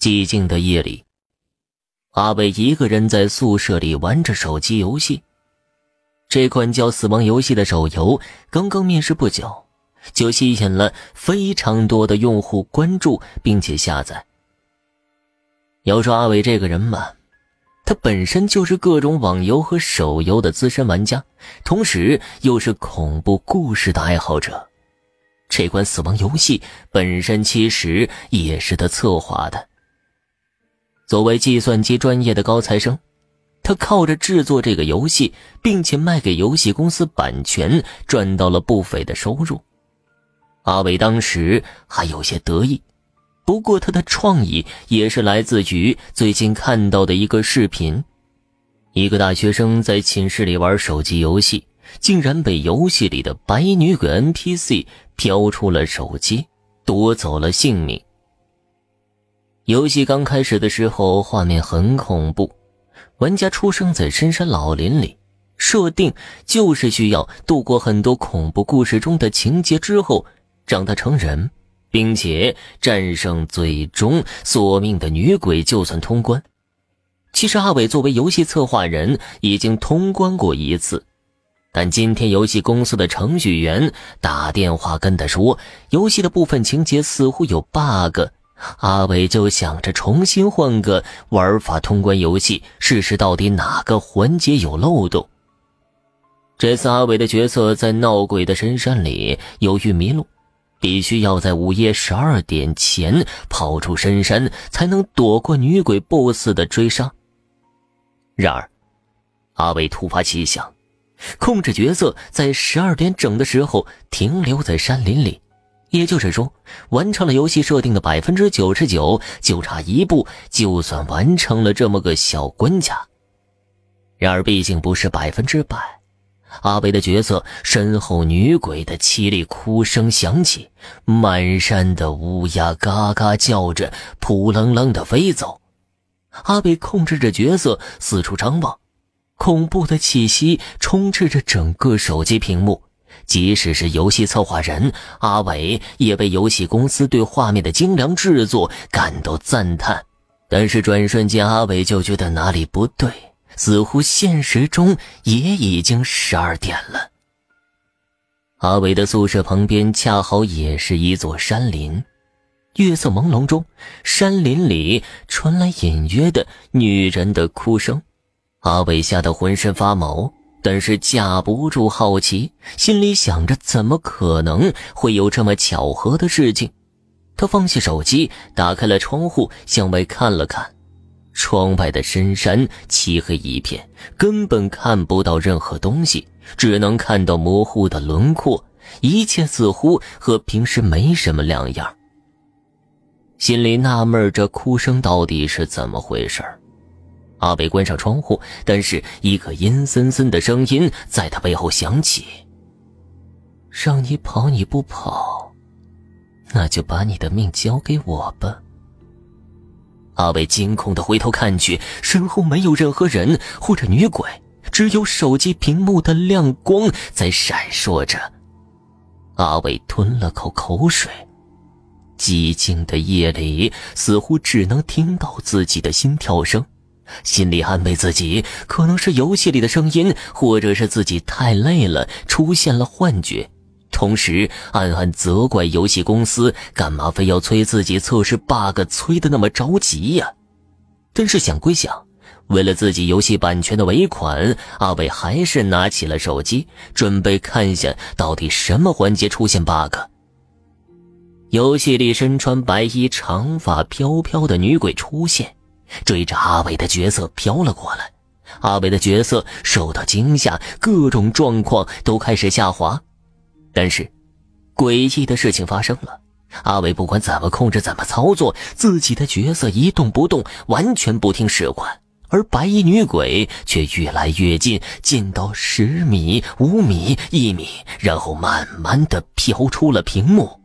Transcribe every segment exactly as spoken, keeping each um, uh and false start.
寂静的夜里，阿伟一个人在宿舍里玩着手机游戏。这款叫《死亡游戏》的手游刚刚面世不久，就吸引了非常多的用户关注并且下载。要说阿伟这个人嘛，他本身就是各种网游和手游的资深玩家，同时又是恐怖故事的爱好者。这款死亡游戏本身其实也是他策划的。作为计算机专业的高材生，他靠着制作这个游戏并且卖给游戏公司版权，赚到了不菲的收入。阿伟当时还有些得意，不过他的创意也是来自于最近看到的一个视频。一个大学生在寝室里玩手机游戏，竟然被游戏里的白衣女鬼 N P C 飘出了手机，夺走了性命。游戏刚开始的时候画面很恐怖，玩家出生在深山老林里，设定就是需要度过很多恐怖故事中的情节之后长大成人，并且战胜最终索命的女鬼就算通关。其实阿伟作为游戏策划人已经通关过一次，但今天游戏公司的程序员打电话跟他说，游戏的部分情节似乎有 bug， 阿伟就想着重新换个玩法通关游戏，试试到底哪个环节有漏洞。这次阿伟的角色在闹鬼的深山里由于迷路，必须要在午夜十二点前跑出深山，才能躲过女鬼 boss 的追杀。然而阿伟突发奇想，控制角色在十二点整的时候停留在山林里，也就是说完成了游戏设定的 百分之九十九， 就差一步就算完成了这么个小关卡。然而毕竟不是百分之百，阿伟的角色身后女鬼的凄厉哭声响起，满山的乌鸦嘎嘎叫着扑棱棱的飞走。阿伟控制着角色四处张望，恐怖的气息充斥着整个手机屏幕。即使是游戏策划人，阿伟也被游戏公司对画面的精良制作感到赞叹。但是转瞬间阿伟就觉得哪里不对，似乎现实中也已经十二点了。阿伟的宿舍旁边恰好也是一座山林，月色朦胧中，山林里传来隐约的女人的哭声。阿伟吓得浑身发毛，但是架不住好奇，心里想着怎么可能会有这么巧合的事情。他放下手机，打开了窗户向外看了看，窗外的深山漆黑一片，根本看不到任何东西，只能看到模糊的轮廓，一切似乎和平时没什么两样。心里纳闷着哭声到底是怎么回事。阿伟关上窗户，但是一个阴森森的声音在他背后响起，让你跑你不跑，那就把你的命交给我吧。阿伟惊恐地回头看去，身后没有任何人或者女鬼，只有手机屏幕的亮光在闪烁着。阿伟吞了口口水，寂静的夜里似乎只能听到自己的心跳声，心里安慰自己可能是游戏里的声音，或者是自己太累了出现了幻觉，同时暗暗责怪游戏公司干嘛非要催自己测试 bug 催得那么着急呀。但是想归想，为了自己游戏版权的尾款，阿伟还是拿起了手机，准备看一下到底什么环节出现 bug。 游戏里身穿白衣长发飘飘的女鬼出现，追着阿伟的角色飘了过来。阿伟的角色受到惊吓，各种状况都开始下滑。但是诡异的事情发生了，阿伟不管怎么控制怎么操作，自己的角色一动不动，完全不听使唤，而白衣女鬼却越来越近，近到十米、五米、一米，然后慢慢地飘出了屏幕。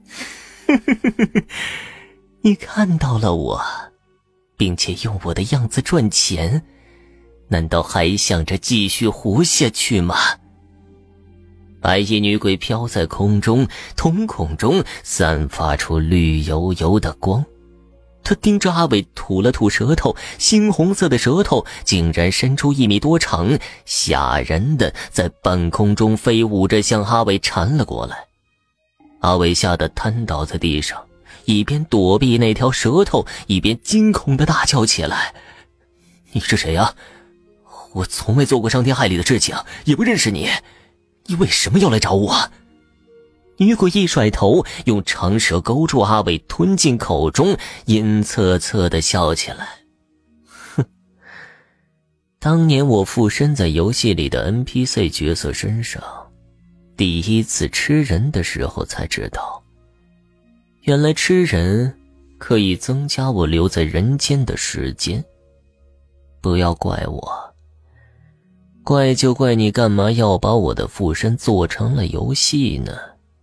你看到了我，并且用我的样子赚钱，难道还想着继续活下去吗？白衣女鬼飘在空中，瞳孔中散发出绿油油的光， 他盯着阿伟吐了吐舌头，猩红色的舌头竟然伸出一米多长，吓人的在半空中飞舞着向阿伟缠了过来。阿伟吓得瘫倒在地上，一边躲避那条舌头，一边惊恐地大叫起来：你是谁啊？我从未做过伤天害理的事情，也不认识你，你为什么要来找我？女鬼一甩头，用长舌勾住阿伟，吞进口中，阴恻恻地笑起来。哼，当年我附身在游戏里的 N P C 角色身上，第一次吃人的时候才知道，原来吃人可以增加我留在人间的时间。不要怪我，怪就怪你干嘛要把我的附身做成了游戏呢？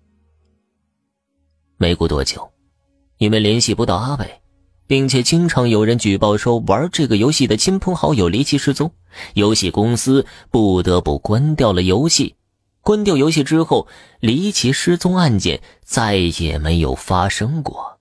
没过多久，因为联系不到阿伟，并且经常有人举报说玩这个游戏的亲朋好友离奇失踪，游戏公司不得不关掉了游戏。关掉游戏之后，离奇失踪案件再也没有发生过。